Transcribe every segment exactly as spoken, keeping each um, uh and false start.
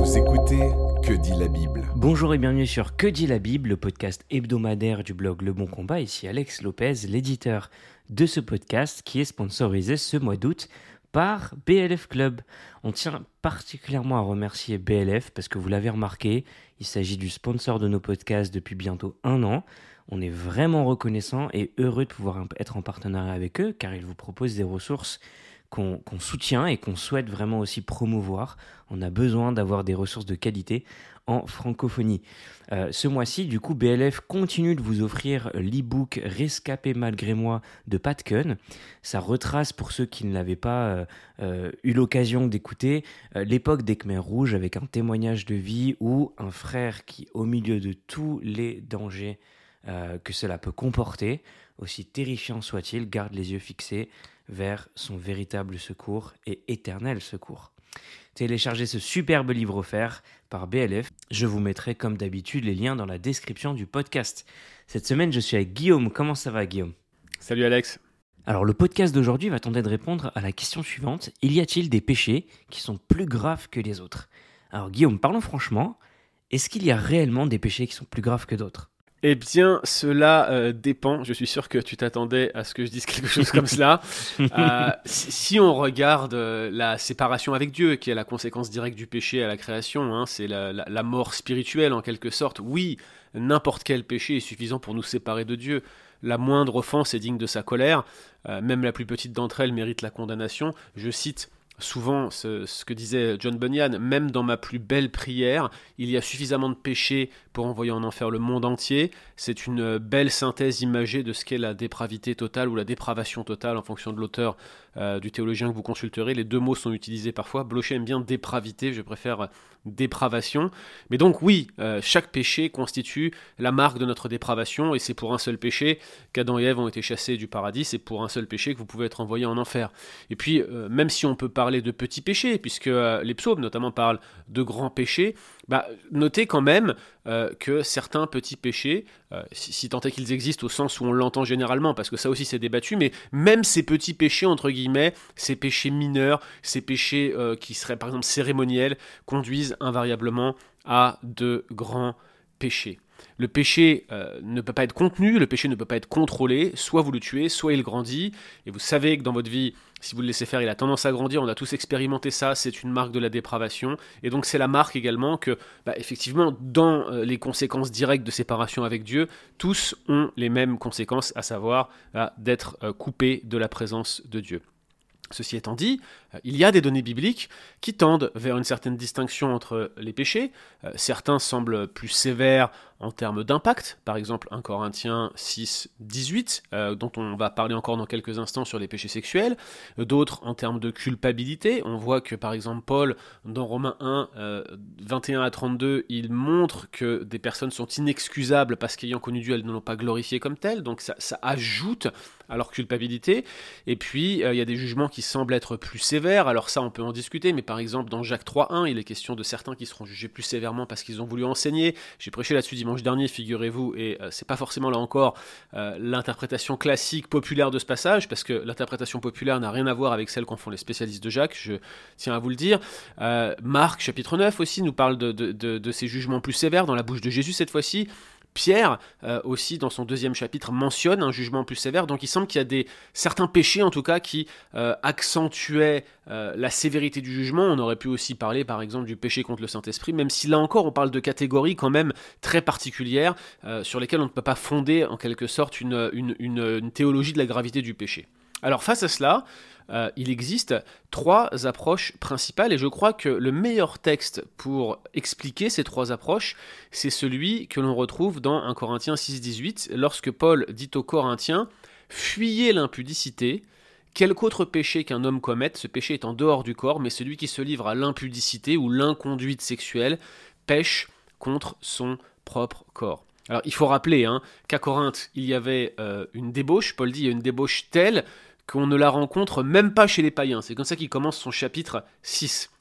Vous écoutez Que dit la Bible ? Bonjour et bienvenue sur Que dit la Bible, le podcast hebdomadaire du blog Le Bon Combat. Ici Alex Lopez, l'éditeur de ce podcast qui est sponsorisé ce mois d'août par B L F Club. On tient particulièrement à remercier B L F parce que vous l'avez remarqué, il s'agit du sponsor de nos podcasts depuis bientôt un an. On est vraiment reconnaissant et heureux de pouvoir être en partenariat avec eux car ils vous proposent des ressources qu'on, qu'on soutient et qu'on souhaite vraiment aussi promouvoir. On a besoin d'avoir des ressources de qualité en francophonie. Euh, ce mois-ci, du coup, B L F continue de vous offrir l'e-book « Rescapé malgré moi » de Pat Kuhn. Ça retrace, pour ceux qui ne l'avaient pas euh, euh, eu l'occasion d'écouter, euh, l'époque des Khmers rouges avec un témoignage de vie où un frère qui, au milieu de tous les dangers euh, que cela peut comporter, aussi terrifiant soit-il, garde les yeux fixés vers son véritable secours et éternel secours. Téléchargez ce superbe livre offert par B L F. Je vous mettrai comme d'habitude les liens dans la description du podcast. Cette semaine, je suis avec Guillaume. Comment ça va, Guillaume ? Salut Alex. Alors, le podcast d'aujourd'hui va tenter de répondre à la question suivante. Y a-t-il des péchés qui sont plus graves que les autres ? Alors, Guillaume, parlons franchement. Est-ce qu'il y a réellement des péchés qui sont plus graves que d'autres ? Eh bien, cela euh, dépend. Je suis sûr que tu t'attendais à ce que je dise quelque chose comme cela. Euh, si, si on regarde euh, la séparation avec Dieu, qui est la conséquence directe du péché à la création, hein, c'est la, la, la mort spirituelle en quelque sorte. Oui, n'importe quel péché est suffisant pour nous séparer de Dieu. La moindre offense est digne de sa colère. Euh, même la plus petite d'entre elles mérite la condamnation. Je cite souvent ce, ce que disait John Bunyan, même dans ma plus belle prière, il y a suffisamment de péchés pour envoyer en enfer le monde entier. C'est une belle synthèse imagée de ce qu'est la dépravité totale ou la dépravation totale en fonction de l'auteur euh, du théologien que vous consulterez. Les deux mots sont utilisés parfois. Blocher aime bien dépravité, je préfère dépravation. Mais donc oui, euh, chaque péché constitue la marque de notre dépravation et c'est pour un seul péché qu'Adam et Ève ont été chassés du paradis, c'est pour un seul péché que vous pouvez être envoyé en enfer. Et puis, euh, même si on peut parler de petits péchés, puisque euh, les psaumes notamment parlent de grands péchés, bah, notez quand même euh, que certains petits péchés, euh, si, si tant est qu'ils existent au sens où on l'entend généralement, parce que ça aussi c'est débattu, mais même ces petits péchés, entre guillemets, ces péchés mineurs, ces péchés euh, qui seraient par exemple cérémoniels, conduisent invariablement à de grands péchés. Le péché euh, ne peut pas être contenu, le péché ne peut pas être contrôlé, soit vous le tuez, soit il grandit, et vous savez que dans votre vie, si vous le laissez faire, il a tendance à grandir, on a tous expérimenté ça, c'est une marque de la dépravation, et donc c'est la marque également que, bah, effectivement, dans euh, les conséquences directes de séparation avec Dieu, tous ont les mêmes conséquences, à savoir bah, d'être euh, coupés de la présence de Dieu. Ceci étant dit, il y a des données bibliques qui tendent vers une certaine distinction entre les péchés. Certains semblent plus sévères en termes d'impact, par exemple un Corinthiens six, dix-huit, euh, dont on va parler encore dans quelques instants sur les péchés sexuels. D'autres en termes de culpabilité. On voit que par exemple Paul, dans Romains un, euh, vingt et un à trente-deux, il montre que des personnes sont inexcusables parce qu'ayant connu Dieu, elles ne l'ont pas glorifié comme tel. Donc ça, ça ajoute à leur culpabilité. Et puis, euh, il y a des jugements qui semblent être plus sévères. Alors ça, on peut en discuter, mais par exemple, dans Jacques trois un, il est question de certains qui seront jugés plus sévèrement parce qu'ils ont voulu enseigner. J'ai prêché là-dessus dimanche dernier, figurez-vous, et euh, c'est pas forcément là encore euh, l'interprétation classique, populaire de ce passage, parce que l'interprétation populaire n'a rien à voir avec celle qu'en font les spécialistes de Jacques, je tiens à vous le dire. Euh, Marc, chapitre neuf aussi, nous parle de, de, de, de ces jugements plus sévères, dans la bouche de Jésus cette fois-ci. Pierre, euh, aussi, dans son deuxième chapitre, mentionne un jugement plus sévère. Donc il semble qu'il y a des, certains péchés, en tout cas, qui euh, accentuaient euh, la sévérité du jugement. On aurait pu aussi parler, par exemple, du péché contre le Saint-Esprit, même si là encore, on parle de catégories quand même très particulières, euh, sur lesquelles on ne peut pas fonder, en quelque sorte, une, une, une, une théologie de la gravité du péché. Alors face à cela, euh, il existe trois approches principales et je crois que le meilleur texte pour expliquer ces trois approches, c'est celui que l'on retrouve dans un Corinthiens six, dix-huit, lorsque Paul dit aux Corinthiens « Fuyez l'impudicité, quelque autre péché qu'un homme commette, ce péché est en dehors du corps, mais celui qui se livre à l'impudicité ou l'inconduite sexuelle pêche contre son propre corps. » Alors il faut rappeler hein, qu'à Corinthe, il y avait euh, une débauche, Paul dit il y a une débauche telle qu'on ne la rencontre même pas chez les païens. C'est comme ça qu'il commence son chapitre six.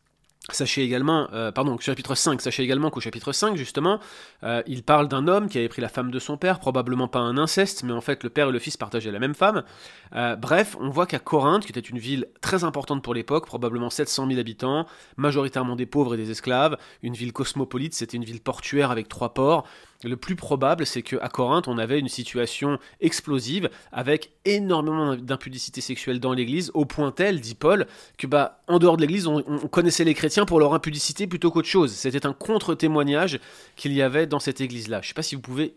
Sachez également, euh, pardon, chapitre cinq, sachez également qu'au chapitre cinq, justement, euh, il parle d'un homme qui avait pris la femme de son père, probablement pas un inceste, mais en fait le père et le fils partageaient la même femme. Euh, bref, on voit qu'à Corinthe, qui était une ville très importante pour l'époque, probablement sept cent mille habitants, majoritairement des pauvres et des esclaves, une ville cosmopolite, c'était une ville portuaire avec trois ports. Le plus probable, c'est qu'à Corinthe, on avait une situation explosive, avec énormément d'impudicité sexuelle dans l'église, au point tel, dit Paul, que bah, en dehors de l'église, on, on connaissait les chrétiens pour leur impudicité plutôt qu'autre chose. C'était un contre-témoignage qu'il y avait dans cette église-là. Je ne sais pas si vous pouvez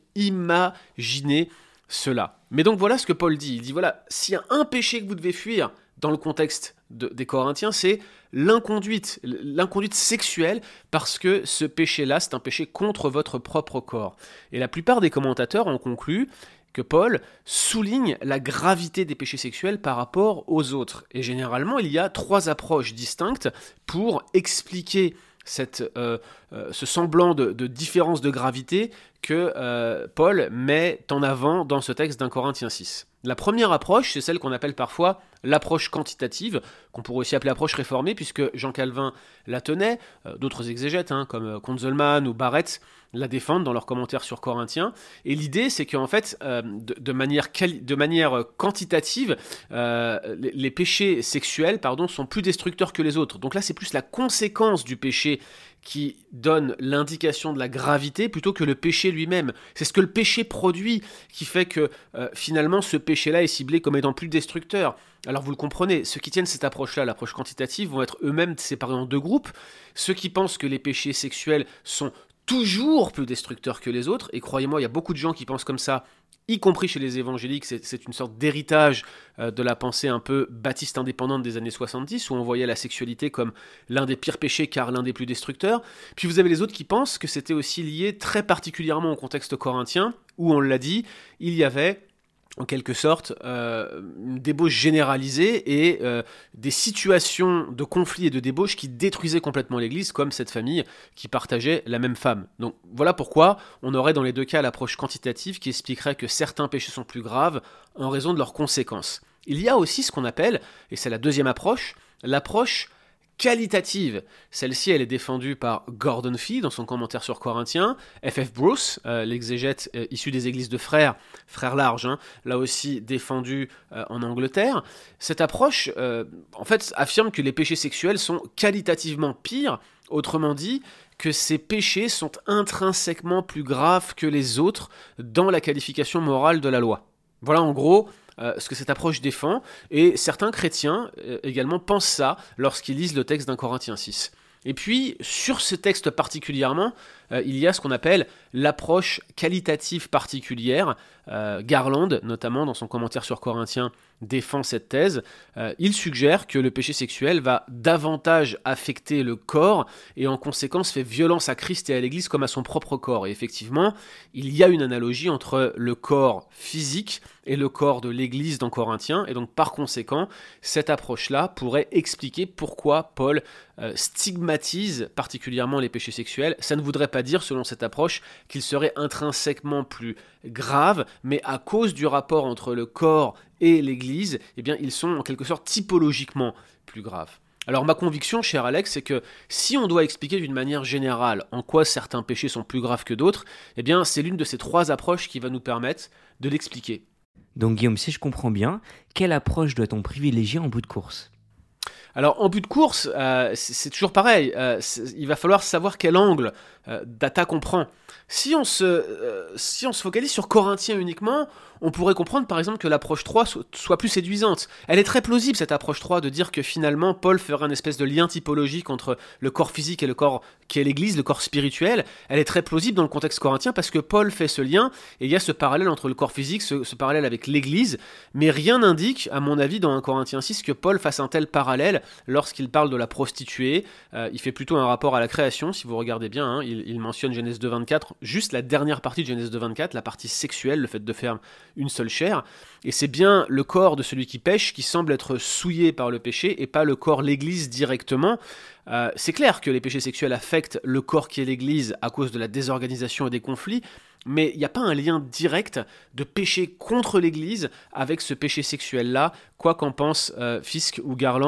imaginer cela. Mais donc voilà ce que Paul dit. Il dit, voilà, s'il y a un péché que vous devez fuir dans le contexte de, des Corinthiens, c'est l'inconduite, l'inconduite sexuelle, parce que ce péché-là, c'est un péché contre votre propre corps. Et la plupart des commentateurs ont conclu que Paul souligne la gravité des péchés sexuels par rapport aux autres. Et généralement, il y a trois approches distinctes pour expliquer cette, euh, euh, ce semblant de, de différence de gravité que euh, Paul met en avant dans ce texte d'un Corinthiens six. La première approche, c'est celle qu'on appelle parfois l'approche quantitative, qu'on pourrait aussi appeler approche réformée, puisque Jean Calvin la tenait, euh, d'autres exégètes, hein, comme Konzelman ou Barrett, la défendent dans leurs commentaires sur Corinthiens. Et l'idée, c'est qu'en fait, euh, de, de, manière quali- de manière quantitative, euh, les, les péchés sexuels pardon, sont plus destructeurs que les autres. Donc là, c'est plus la conséquence du péché qui donne l'indication de la gravité plutôt que le péché lui-même. C'est ce que le péché produit qui fait que euh, finalement ce péché-là est ciblé comme étant plus destructeur. Alors vous le comprenez, ceux qui tiennent cette approche-là, l'approche quantitative, vont être eux-mêmes séparés en deux groupes. Ceux qui pensent que les péchés sexuels sont toujours plus destructeurs que les autres, et croyez-moi, il y a beaucoup de gens qui pensent comme ça, y compris chez les évangéliques, c'est, c'est une sorte d'héritage euh, de la pensée un peu baptiste indépendante des années soixante-dix, où on voyait la sexualité comme l'un des pires péchés car l'un des plus destructeurs. Puis vous avez les autres qui pensent que c'était aussi lié très particulièrement au contexte corinthien, où on l'a dit, il y avait en quelque sorte, euh, une débauche généralisée et euh, des situations de conflit et de débauche qui détruisaient complètement l'Église, comme cette famille qui partageait la même femme. Donc voilà pourquoi on aurait dans les deux cas l'approche quantitative qui expliquerait que certains péchés sont plus graves en raison de leurs conséquences. Il y a aussi ce qu'on appelle, et c'est la deuxième approche, l'approche qualitative. Celle-ci, elle est défendue par Gordon Fee dans son commentaire sur Corinthiens, F F Bruce, euh, l'exégète euh, issu des églises de frères, frères larges, hein, là aussi défendu euh, en Angleterre. Cette approche, euh, en fait, affirme que les péchés sexuels sont qualitativement pires, autrement dit, que ces péchés sont intrinsèquement plus graves que les autres dans la qualification morale de la loi. Voilà en gros Euh, ce que cette approche défend, et certains chrétiens euh, également pensent ça lorsqu'ils lisent le texte d'un Corinthiens six. Et puis, sur ce texte particulièrement, euh, il y a ce qu'on appelle l'approche qualitative particulière. Euh, Garland, notamment dans son commentaire sur Corinthiens, défend cette thèse. Euh, il suggère que le péché sexuel va davantage affecter le corps et en conséquence fait violence à Christ et à l'Église comme à son propre corps. Et effectivement, il y a une analogie entre le corps physique et le corps de l'Église dans Corinthiens. Et donc par conséquent, cette approche-là pourrait expliquer pourquoi Paul euh, stigmatise particulièrement les péchés sexuels. Ça ne voudrait pas dire, selon cette approche, qu'ils seraient intrinsèquement plus graves, mais à cause du rapport entre le corps et l'Église, eh bien, ils sont en quelque sorte typologiquement plus graves. Alors ma conviction, cher Alex, c'est que si on doit expliquer d'une manière générale en quoi certains péchés sont plus graves que d'autres, eh bien, c'est l'une de ces trois approches qui va nous permettre de l'expliquer. Donc Guillaume, si je comprends bien, quelle approche doit-on privilégier en bout de course ? Alors en but de course, euh, c'est, c'est toujours pareil, euh, il va falloir savoir quel angle euh, d'attaque on prend. Si on, se, euh, si on se focalise sur Corinthiens uniquement, on pourrait comprendre par exemple que l'approche trois soit, soit plus séduisante. Elle est très plausible cette approche trois de dire que finalement Paul ferait une espèce de lien typologique entre le corps physique et le corps qui est l'Église, le corps spirituel. Elle est très plausible dans le contexte corinthien parce que Paul fait ce lien et il y a ce parallèle entre le corps physique, ce, ce parallèle avec l'Église, mais rien n'indique, à mon avis, dans un Corinthiens six que Paul fasse un tel parallèle lorsqu'il parle de la prostituée. Euh, il fait plutôt un rapport à la création, si vous regardez bien, hein, il, il mentionne Genèse deux vingt-quatre, juste la dernière partie de Genèse deux vingt-quatre, la partie sexuelle, le fait de faire une seule chair, et c'est bien le corps de celui qui pêche qui semble être souillé par le péché et pas le corps l'Église directement. Euh, c'est clair que les péchés sexuels affectent le corps qui est l'Église à cause de la désorganisation et des conflits, mais il n'y a pas un lien direct de péché contre l'Église avec ce péché sexuel-là, quoi qu'en pense euh, Fisk ou Garland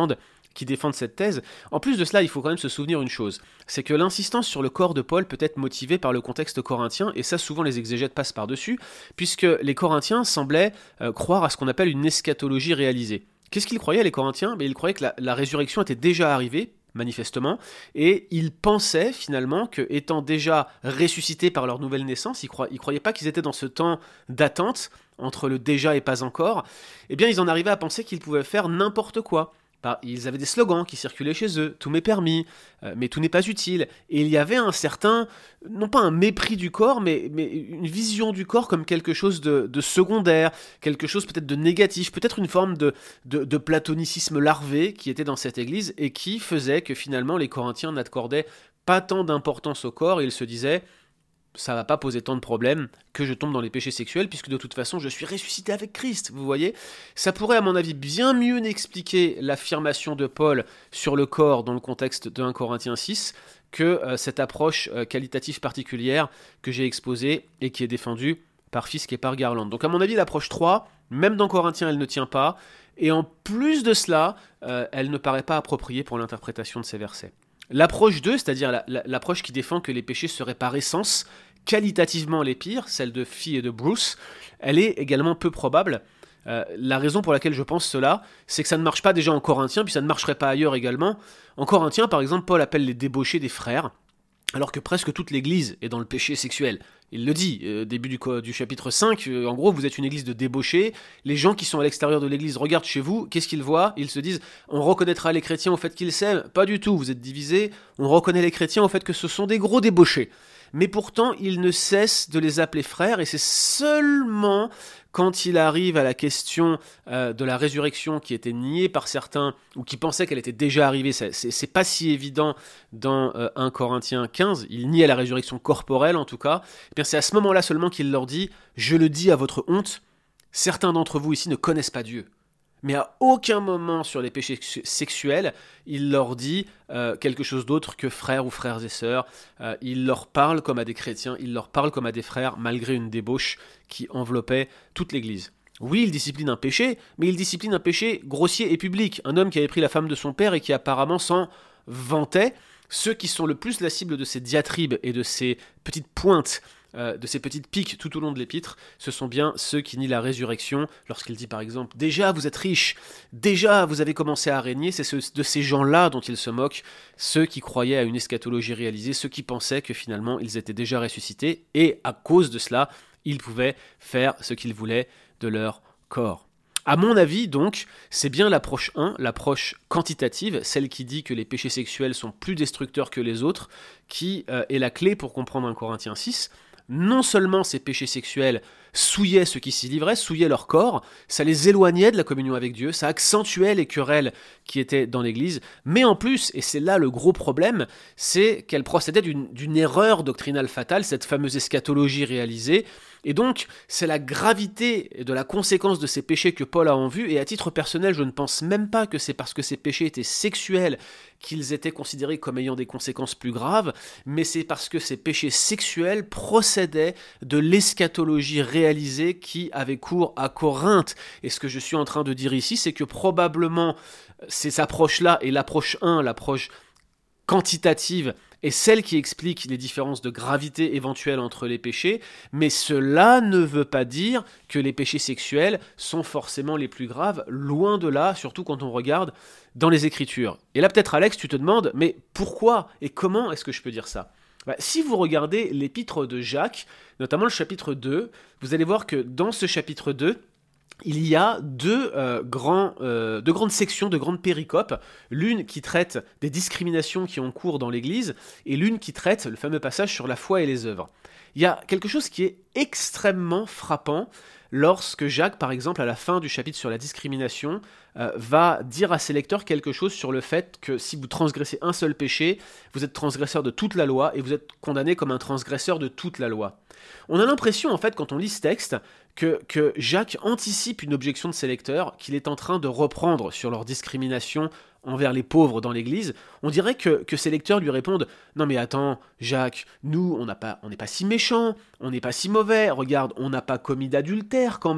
qui défendent cette thèse. En plus de cela, il faut quand même se souvenir une chose, c'est que l'insistance sur le corps de Paul peut être motivée par le contexte corinthien, et ça souvent les exégètes passent par-dessus, puisque les Corinthiens semblaient euh, croire à ce qu'on appelle une eschatologie réalisée. Qu'est-ce qu'ils croyaient les Corinthiens ? Ben, ils croyaient que la, la résurrection était déjà arrivée, manifestement, et ils pensaient finalement que, étant déjà ressuscités par leur nouvelle naissance, ils ne croyaient pas qu'ils étaient dans ce temps d'attente, entre le déjà et pas encore, eh bien ils en arrivaient à penser qu'ils pouvaient faire n'importe quoi. Ils avaient des slogans qui circulaient chez eux, tout m'est permis, euh, mais tout n'est pas utile. Et il y avait un certain, non pas un mépris du corps, mais, mais une vision du corps comme quelque chose de, de secondaire, quelque chose peut-être de négatif, peut-être une forme de, de, de platonicisme larvé qui était dans cette église et qui faisait que finalement les Corinthiens n'accordaient pas tant d'importance au corps, et ils se disaient ça va pas poser tant de problèmes que je tombe dans les péchés sexuels, puisque de toute façon je suis ressuscité avec Christ, vous voyez. Ça pourrait à mon avis bien mieux expliquer l'affirmation de Paul sur le corps dans le contexte de un Corinthiens six que euh, cette approche euh, qualitative particulière que j'ai exposée et qui est défendue par Fisk et par Garland. Donc à mon avis l'approche trois, même dans Corinthiens elle ne tient pas, et en plus de cela, euh, elle ne paraît pas appropriée pour l'interprétation de ces versets. L'approche deux, c'est-à-dire la, la, l'approche qui défend que les péchés seraient par essence qualitativement les pires, celle de Fee et de Bruce, elle est également peu probable. Euh, la raison pour laquelle je pense cela, c'est que ça ne marche pas déjà en Corinthiens, puis ça ne marcherait pas ailleurs également. En Corinthiens, par exemple, Paul appelle les débauchés des frères, alors que presque toute l'église est dans le péché sexuel. Il le dit, euh, début du, du chapitre cinq, euh, en gros, vous êtes une église de débauchés, les gens qui sont à l'extérieur de l'église regardent chez vous, qu'est-ce qu'ils voient ? Ils se disent, on reconnaîtra les chrétiens au fait qu'ils s'aiment ? Pas du tout, vous êtes divisés, on reconnaît les chrétiens au fait que ce sont des gros débauchés. Mais pourtant, il ne cesse de les appeler frères, et c'est seulement quand il arrive à la question euh, de la résurrection qui était niée par certains, ou qui pensaient qu'elle était déjà arrivée, c'est, c'est, c'est pas si évident dans euh, un Corinthiens quinze, il nie à la résurrection corporelle en tout cas, et bien c'est à ce moment-là seulement qu'il leur dit « Je le dis à votre honte, certains d'entre vous ici ne connaissent pas Dieu ». Mais à aucun moment sur les péchés sexuels, il leur dit euh, quelque chose d'autre que frères ou frères et sœurs. Euh, il leur parle comme à des chrétiens, il leur parle comme à des frères, malgré une débauche qui enveloppait toute l'Église. Oui, il discipline un péché, mais il discipline un péché grossier et public. Un homme qui avait pris la femme de son père et qui apparemment s'en vantait. Ceux qui sont le plus la cible de ces diatribes et de ces petites pointes, Euh, de ces petites piques tout au long de l'épître, ce sont bien ceux qui nient la résurrection, lorsqu'il dit par exemple « Déjà vous êtes riches, déjà vous avez commencé à régner », c'est ce, de ces gens-là dont il se moque, ceux qui croyaient à une eschatologie réalisée, ceux qui pensaient que finalement ils étaient déjà ressuscités, et à cause de cela, ils pouvaient faire ce qu'ils voulaient de leur corps. À mon avis, donc, c'est bien l'approche un, l'approche quantitative, celle qui dit que les péchés sexuels sont plus destructeurs que les autres, qui euh, est la clé pour comprendre un Corinthiens six. Non seulement ces péchés sexuels souillaient ceux qui s'y livraient, souillaient leur corps, ça les éloignait de la communion avec Dieu, ça accentuait les querelles qui étaient dans l'Église, mais en plus, et c'est là le gros problème, c'est qu'elle procédait d'une, d'une erreur doctrinale fatale, cette fameuse eschatologie réalisée, et donc c'est la gravité de la conséquence de ces péchés que Paul a en vue, et à titre personnel, je ne pense même pas que c'est parce que ces péchés étaient sexuels qu'ils étaient considérés comme ayant des conséquences plus graves, mais c'est parce que ces péchés sexuels procédaient de l'eschatologie réalisée qui avait cours à Corinthe. Et ce que je suis en train de dire ici, c'est que probablement ces approches-là, et l'approche un, l'approche quantitative, est celle qui explique les différences de gravité éventuelles entre les péchés, mais cela ne veut pas dire que les péchés sexuels sont forcément les plus graves, loin de là, surtout quand on regarde dans les Écritures. Et là peut-être Alex, tu te demandes, mais pourquoi et comment est-ce que je peux dire ça ? Bah, si vous regardez l'épître de Jacques, notamment le chapitre deux, vous allez voir que dans ce chapitre deux, il y a deux, euh, grands, euh, deux grandes sections, deux grandes péricopes, l'une qui traite des discriminations qui ont cours dans l'Église, et l'une qui traite le fameux passage sur la foi et les œuvres. Il y a quelque chose qui est extrêmement frappant lorsque Jacques, par exemple, à la fin du chapitre sur la discrimination, euh, va dire à ses lecteurs quelque chose sur le fait que si vous transgressez un seul péché, vous êtes transgresseur de toute la loi, et vous êtes condamné comme un transgresseur de toute la loi. On a l'impression, en fait, quand on lit ce texte, que, que Jacques anticipe une objection de ses lecteurs qu'il est en train de reprendre sur leur discrimination envers les pauvres dans l'Église. On dirait que, que ses lecteurs lui répondent « Non mais attends, Jacques, nous, on n'a pas, on n'est pas si méchants, on n'est pas si mauvais, regarde, on n'a pas commis d'adultère quand même. »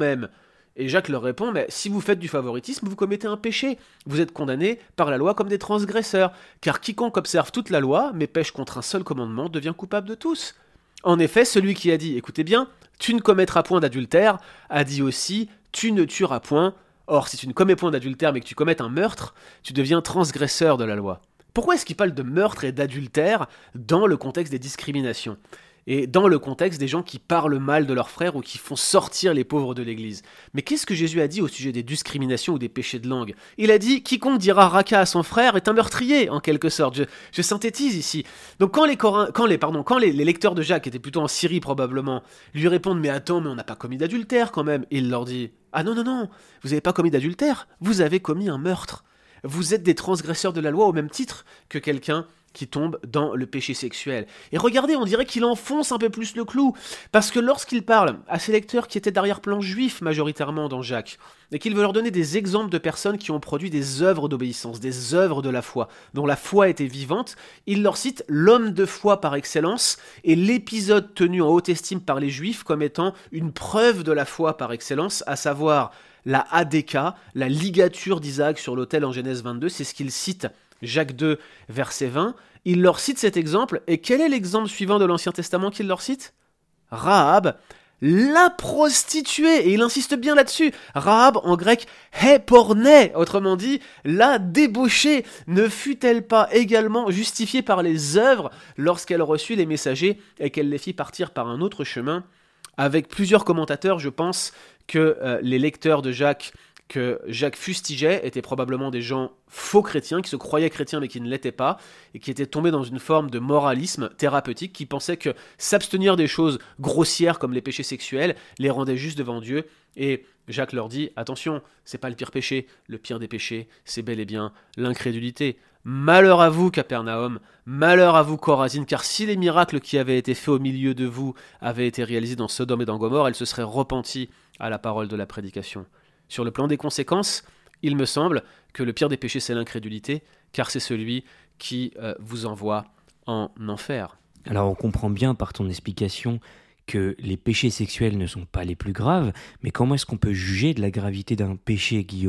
Et Jacques leur répond, mais si vous faites du favoritisme, vous commettez un péché. Vous êtes condamnés par la loi comme des transgresseurs. Car quiconque observe toute la loi, mais pêche contre un seul commandement, devient coupable de tous. En effet, celui qui a dit, écoutez bien, tu ne commettras point d'adultère, a dit aussi, tu ne tueras point. Or, si tu ne commets point d'adultère, mais que tu commettes un meurtre, tu deviens transgresseur de la loi. Pourquoi est-ce qu'il parle de meurtre et d'adultère dans le contexte des discriminations ? Et dans le contexte des gens qui parlent mal de leurs frères ou qui font sortir les pauvres de l'église. Mais qu'est-ce que Jésus a dit au sujet des discriminations ou des péchés de langue ? Il a dit « Quiconque dira raka à son frère est un meurtrier », en quelque sorte. Je, je synthétise ici. Donc quand les, Corin... quand, les, pardon, quand les, les lecteurs de Jacques, étaient plutôt en Syrie probablement, lui répondent « Mais attends, mais on n'a pas commis d'adultère quand même », et il leur dit « Ah non, non, non, vous n'avez pas commis d'adultère, vous avez commis un meurtre. Vous êtes des transgresseurs de la loi au même titre que quelqu'un qui tombe dans le péché sexuel. » Et regardez, on dirait qu'il enfonce un peu plus le clou, parce que lorsqu'il parle à ses lecteurs qui étaient d'arrière-plan juif majoritairement dans Jacques, et qu'il veut leur donner des exemples de personnes qui ont produit des œuvres d'obéissance, des œuvres de la foi, dont la foi était vivante, il leur cite l'homme de foi par excellence, et l'épisode tenu en haute estime par les juifs comme étant une preuve de la foi par excellence, à savoir la Hadéka, la ligature d'Isaac sur l'autel en Genèse vingt-deux, c'est ce qu'il cite Jacques deux, verset vingt, il leur cite cet exemple, et quel est l'exemple suivant de l'Ancien Testament qu'il leur cite ? Rahab, la prostituée, et il insiste bien là-dessus. Rahab, en grec, héporné, autrement dit, la débauchée, ne fut-elle pas également justifiée par les œuvres lorsqu'elle reçut les messagers et qu'elle les fit partir par un autre chemin ? Avec plusieurs commentateurs, je pense que euh, les lecteurs de Jacques que Jacques fustigeait étaient probablement des gens faux chrétiens, qui se croyaient chrétiens mais qui ne l'étaient pas, et qui étaient tombés dans une forme de moralisme thérapeutique, qui pensaient que s'abstenir des choses grossières comme les péchés sexuels les rendait justes devant Dieu. Et Jacques leur dit, attention, c'est pas le pire péché, le pire des péchés, c'est bel et bien l'incrédulité. Malheur à vous, Capernaum, malheur à vous, Chorazine, car si les miracles qui avaient été faits au milieu de vous avaient été réalisés dans Sodome et dans Gomorrhe, elles se seraient repenties à la parole de la prédication. Sur le plan des conséquences, il me semble que le pire des péchés, c'est l'incrédulité, car c'est celui qui euh, vous envoie en enfer. Alors on comprend bien par ton explication que les péchés sexuels ne sont pas les plus graves, mais comment est-ce qu'on peut juger de la gravité d'un péché, Guillaume ?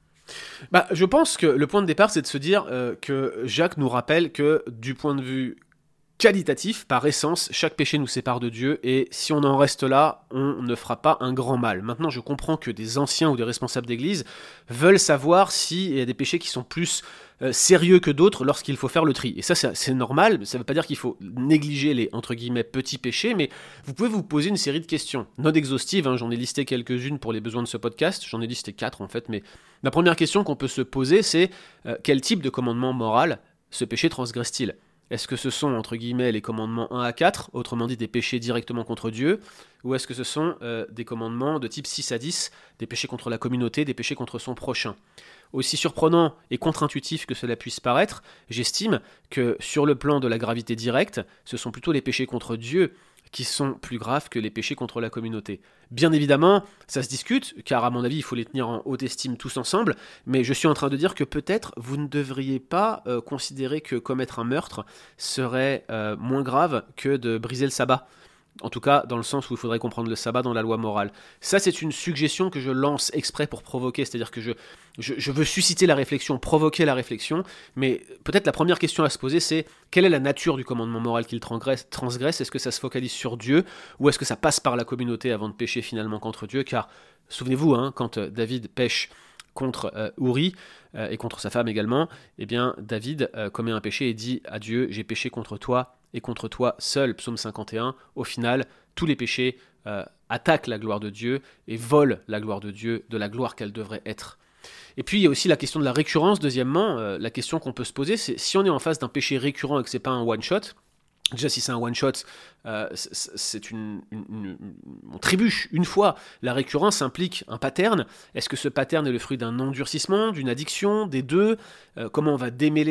Bah, je pense que le point de départ, c'est de se dire euh, que Jacques nous rappelle que du point de vue qualitatif, par essence, chaque péché nous sépare de Dieu, et si on en reste là, on ne fera pas un grand mal. Maintenant, je comprends que des anciens ou des responsables d'église veulent savoir s'il y a des péchés qui sont plus euh, sérieux que d'autres lorsqu'il faut faire le tri. Et ça, c'est, c'est normal, ça ne veut pas dire qu'il faut négliger les, entre guillemets, petits péchés, mais vous pouvez vous poser une série de questions, non exhaustives, hein, j'en ai listé quelques-unes pour les besoins de ce podcast, j'en ai listé quatre en fait, mais la première question qu'on peut se poser, c'est euh, quel type de commandement moral ce péché transgresse-t-il ? Est-ce que ce sont, entre guillemets, les commandements un à quatre, autrement dit des péchés directement contre Dieu, ou est-ce que ce sont euh, des commandements de type six à dix, des péchés contre la communauté, des péchés contre son prochain ? Aussi surprenant et contre-intuitif que cela puisse paraître, j'estime que sur le plan de la gravité directe, ce sont plutôt les péchés contre Dieu qui sont plus graves que les péchés contre la communauté. Bien évidemment, ça se discute, car à mon avis, il faut les tenir en haute estime tous ensemble, mais je suis en train de dire que peut-être vous ne devriez pas euh, considérer que commettre un meurtre serait euh, moins grave que de briser le sabbat. En tout cas, dans le sens où il faudrait comprendre le sabbat dans la loi morale. Ça, c'est une suggestion que je lance exprès pour provoquer, c'est-à-dire que je, je, je veux susciter la réflexion, provoquer la réflexion, mais peut-être la première question à se poser, c'est quelle est la nature du commandement moral qu'il transgresse, transgresse ? Est-ce que ça se focalise sur Dieu, ou est-ce que ça passe par la communauté avant de pécher finalement contre Dieu ? Car, souvenez-vous, hein, quand David pêche contre euh, Uri euh, et contre sa femme également, eh bien David euh, commet un péché et dit à Dieu, j'ai péché contre toi et contre toi seul, psaume cinquante et un. Au final, tous les péchés euh, attaquent la gloire de Dieu et volent la gloire de Dieu de la gloire qu'elle devrait être. Et puis il y a aussi la question de la récurrence, deuxièmement, euh, la question qu'on peut se poser, c'est si on est en face d'un péché récurrent et que c'est pas un one-shot. Déjà, si c'est un one-shot, euh, c'est une, une, une, on trébuche une fois. La récurrence implique un pattern. Est-ce que ce pattern est le fruit d'un endurcissement, d'une addiction, des deux ? euh, Comment on va démêler ça ?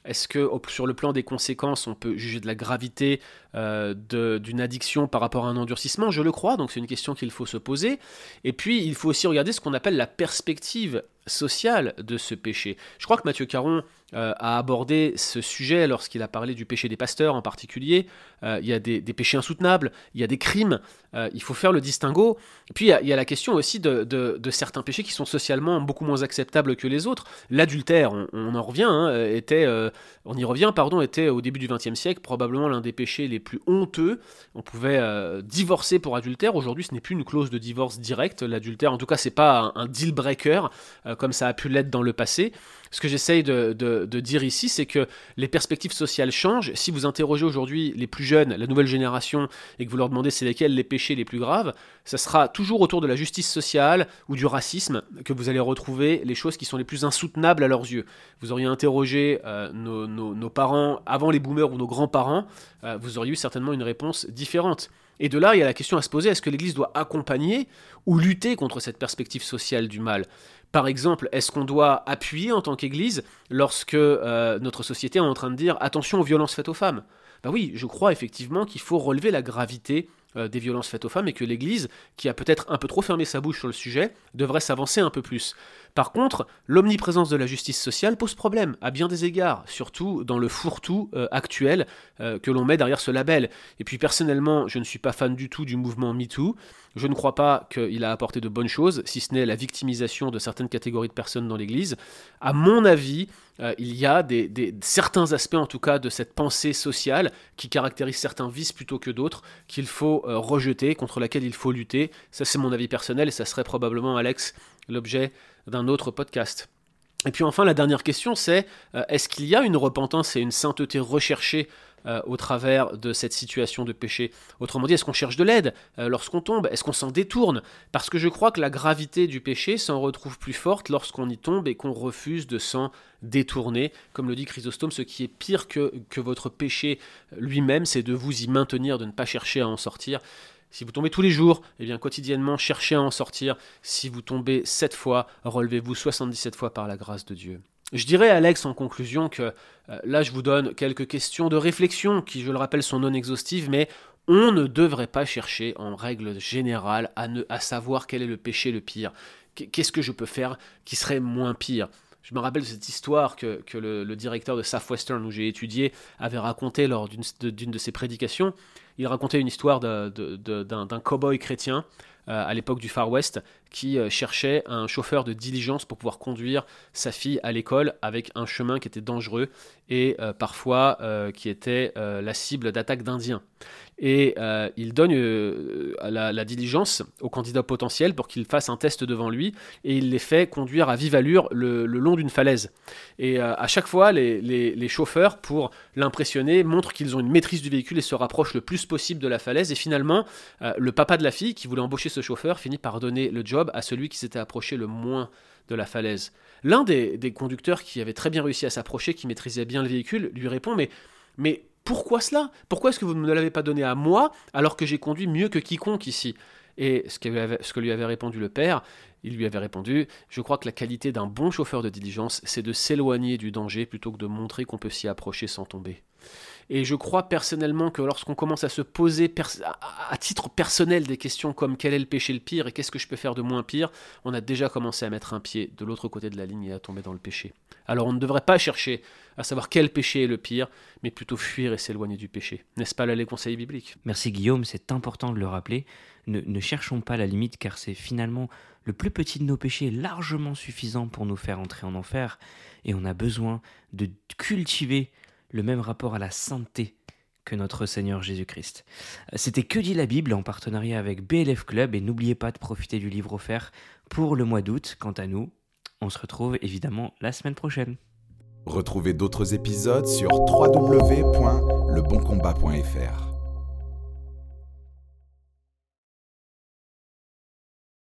Est-ce que au- sur le plan des conséquences, on peut juger de la gravité euh, de- d'une addiction par rapport à un endurcissement? Je le crois, donc c'est une question qu'il faut se poser. Et puis, il faut aussi regarder ce qu'on appelle la perspective sociale de ce péché. Je crois que Mathieu Caron euh, a abordé ce sujet lorsqu'il a parlé du péché des pasteurs en particulier. Euh, il y a des, des péchés insoutenables, il y a des crimes, euh, il faut faire le distinguo. Et puis il y a, il y a la question aussi de, de, de certains péchés qui sont socialement beaucoup moins acceptables que les autres. L'adultère, on, on en revient, hein, était, euh, on y revient, pardon, était au début du vingtième siècle probablement l'un des péchés les plus honteux. On pouvait euh, divorcer pour adultère. Aujourd'hui, ce n'est plus une clause de divorce directe. L'adultère, en tout cas, c'est pas un, un deal breaker euh, comme ça a pu l'être dans le passé. Ce que j'essaye de, de, de dire ici, c'est que les perspectives sociales changent. Si vous interrogez aujourd'hui les plus jeunes, la nouvelle génération, et que vous leur demandez c'est lesquels les péchés les plus graves, ça sera toujours autour de la justice sociale ou du racisme que vous allez retrouver les choses qui sont les plus insoutenables à leurs yeux. Vous auriez interrogé euh, nos, nos, nos parents avant les boomers ou nos grands-parents, euh, vous auriez eu certainement une réponse différente. Et de là, il y a la question à se poser, est-ce que l'Église doit accompagner ou lutter contre cette perspective sociale du mal ? Par exemple, est-ce qu'on doit appuyer en tant qu'Église lorsque euh, notre société est en train de dire « attention aux violences faites aux femmes » ? Ben oui, je crois effectivement qu'il faut relever la gravité euh, des violences faites aux femmes et que l'Église, qui a peut-être un peu trop fermé sa bouche sur le sujet, devrait s'avancer un peu plus. Par contre, l'omniprésence de la justice sociale pose problème, à bien des égards, surtout dans le fourre-tout euh, actuel euh, que l'on met derrière ce label. Et puis personnellement, je ne suis pas fan du tout du mouvement MeToo. Je ne crois pas qu'il a apporté de bonnes choses, si ce n'est la victimisation de certaines catégories de personnes dans l'Église. À mon avis, euh, il y a des, des, certains aspects, en tout cas, de cette pensée sociale qui caractérise certains vices plutôt que d'autres, qu'il faut euh, rejeter, contre laquelle il faut lutter. Ça, c'est mon avis personnel, et ça serait probablement, Alex, l'objet d'un autre podcast. Et puis enfin, la dernière question, c'est euh, est-ce qu'il y a une repentance et une sainteté recherchée euh, au travers de cette situation de péché ? Autrement dit, est-ce qu'on cherche de l'aide euh, lorsqu'on tombe ? Est-ce qu'on s'en détourne ? Parce que je crois que la gravité du péché s'en retrouve plus forte lorsqu'on y tombe et qu'on refuse de s'en détourner. Comme le dit Chrysostome, ce qui est pire que, que votre péché lui-même, c'est de vous y maintenir, de ne pas chercher à en sortir. Si vous tombez tous les jours, eh bien quotidiennement, cherchez à en sortir. Si vous tombez sept fois, relevez-vous soixante-dix-sept fois par la grâce de Dieu. Je dirais, Alex, en conclusion, que euh, là, je vous donne quelques questions de réflexion qui, je le rappelle, sont non exhaustives, mais on ne devrait pas chercher, en règle générale, à, ne, à savoir quel est le péché le pire. Qu'est-ce que je peux faire qui serait moins pire ? Je me rappelle de cette histoire que, que le, le directeur de Southwestern, où j'ai étudié, avait racontée lors d'une de, d'une de ses prédications. Il racontait une histoire de, de, de, d'un, d'un cow-boy chrétien euh, à l'époque du Far West qui euh, cherchait un chauffeur de diligence pour pouvoir conduire sa fille à l'école avec un chemin qui était dangereux et euh, parfois euh, qui était euh, la cible d'attaques d'Indiens. Et euh, il donne euh, la, la diligence au candidat potentiel pour qu'il fasse un test devant lui et il les fait conduire à vive allure le, le long d'une falaise. Et euh, à chaque fois, les, les, les chauffeurs, pour l'impressionner, montrent qu'ils ont une maîtrise du véhicule et se rapprochent le plus possible de la falaise. Et finalement, euh, le papa de la fille, qui voulait embaucher ce chauffeur, finit par donner le job à celui qui s'était approché le moins de la falaise. L'un des, des conducteurs qui avait très bien réussi à s'approcher, qui maîtrisait bien le véhicule, lui répond « Mais... mais pourquoi cela ? Pourquoi est-ce que vous ne me l'avez pas donné à moi alors que j'ai conduit mieux que quiconque ici ?» Et ce que, lui avait, ce que lui avait répondu le père, il lui avait répondu « Je crois que la qualité d'un bon chauffeur de diligence, c'est de s'éloigner du danger plutôt que de montrer qu'on peut s'y approcher sans tomber. » Et je crois personnellement que lorsqu'on commence à se poser pers- à, à titre personnel des questions comme quel est le péché le pire et qu'est-ce que je peux faire de moins pire, on a déjà commencé à mettre un pied de l'autre côté de la ligne et à tomber dans le péché. Alors on ne devrait pas chercher à savoir quel péché est le pire, mais plutôt fuir et s'éloigner du péché. N'est-ce pas là les conseils bibliques ? Merci Guillaume, c'est important de le rappeler. Ne, ne cherchons pas la limite car c'est finalement le plus petit de nos péchés largement suffisant pour nous faire entrer en enfer et on a besoin de cultiver le même rapport à la sainteté que notre Seigneur Jésus-Christ. C'était Que dit la Bible en partenariat avec B L F Club et n'oubliez pas de profiter du livre offert pour le mois d'août. Quant à nous, on se retrouve évidemment la semaine prochaine. Retrouvez d'autres épisodes sur w w w point le bon combat point f r.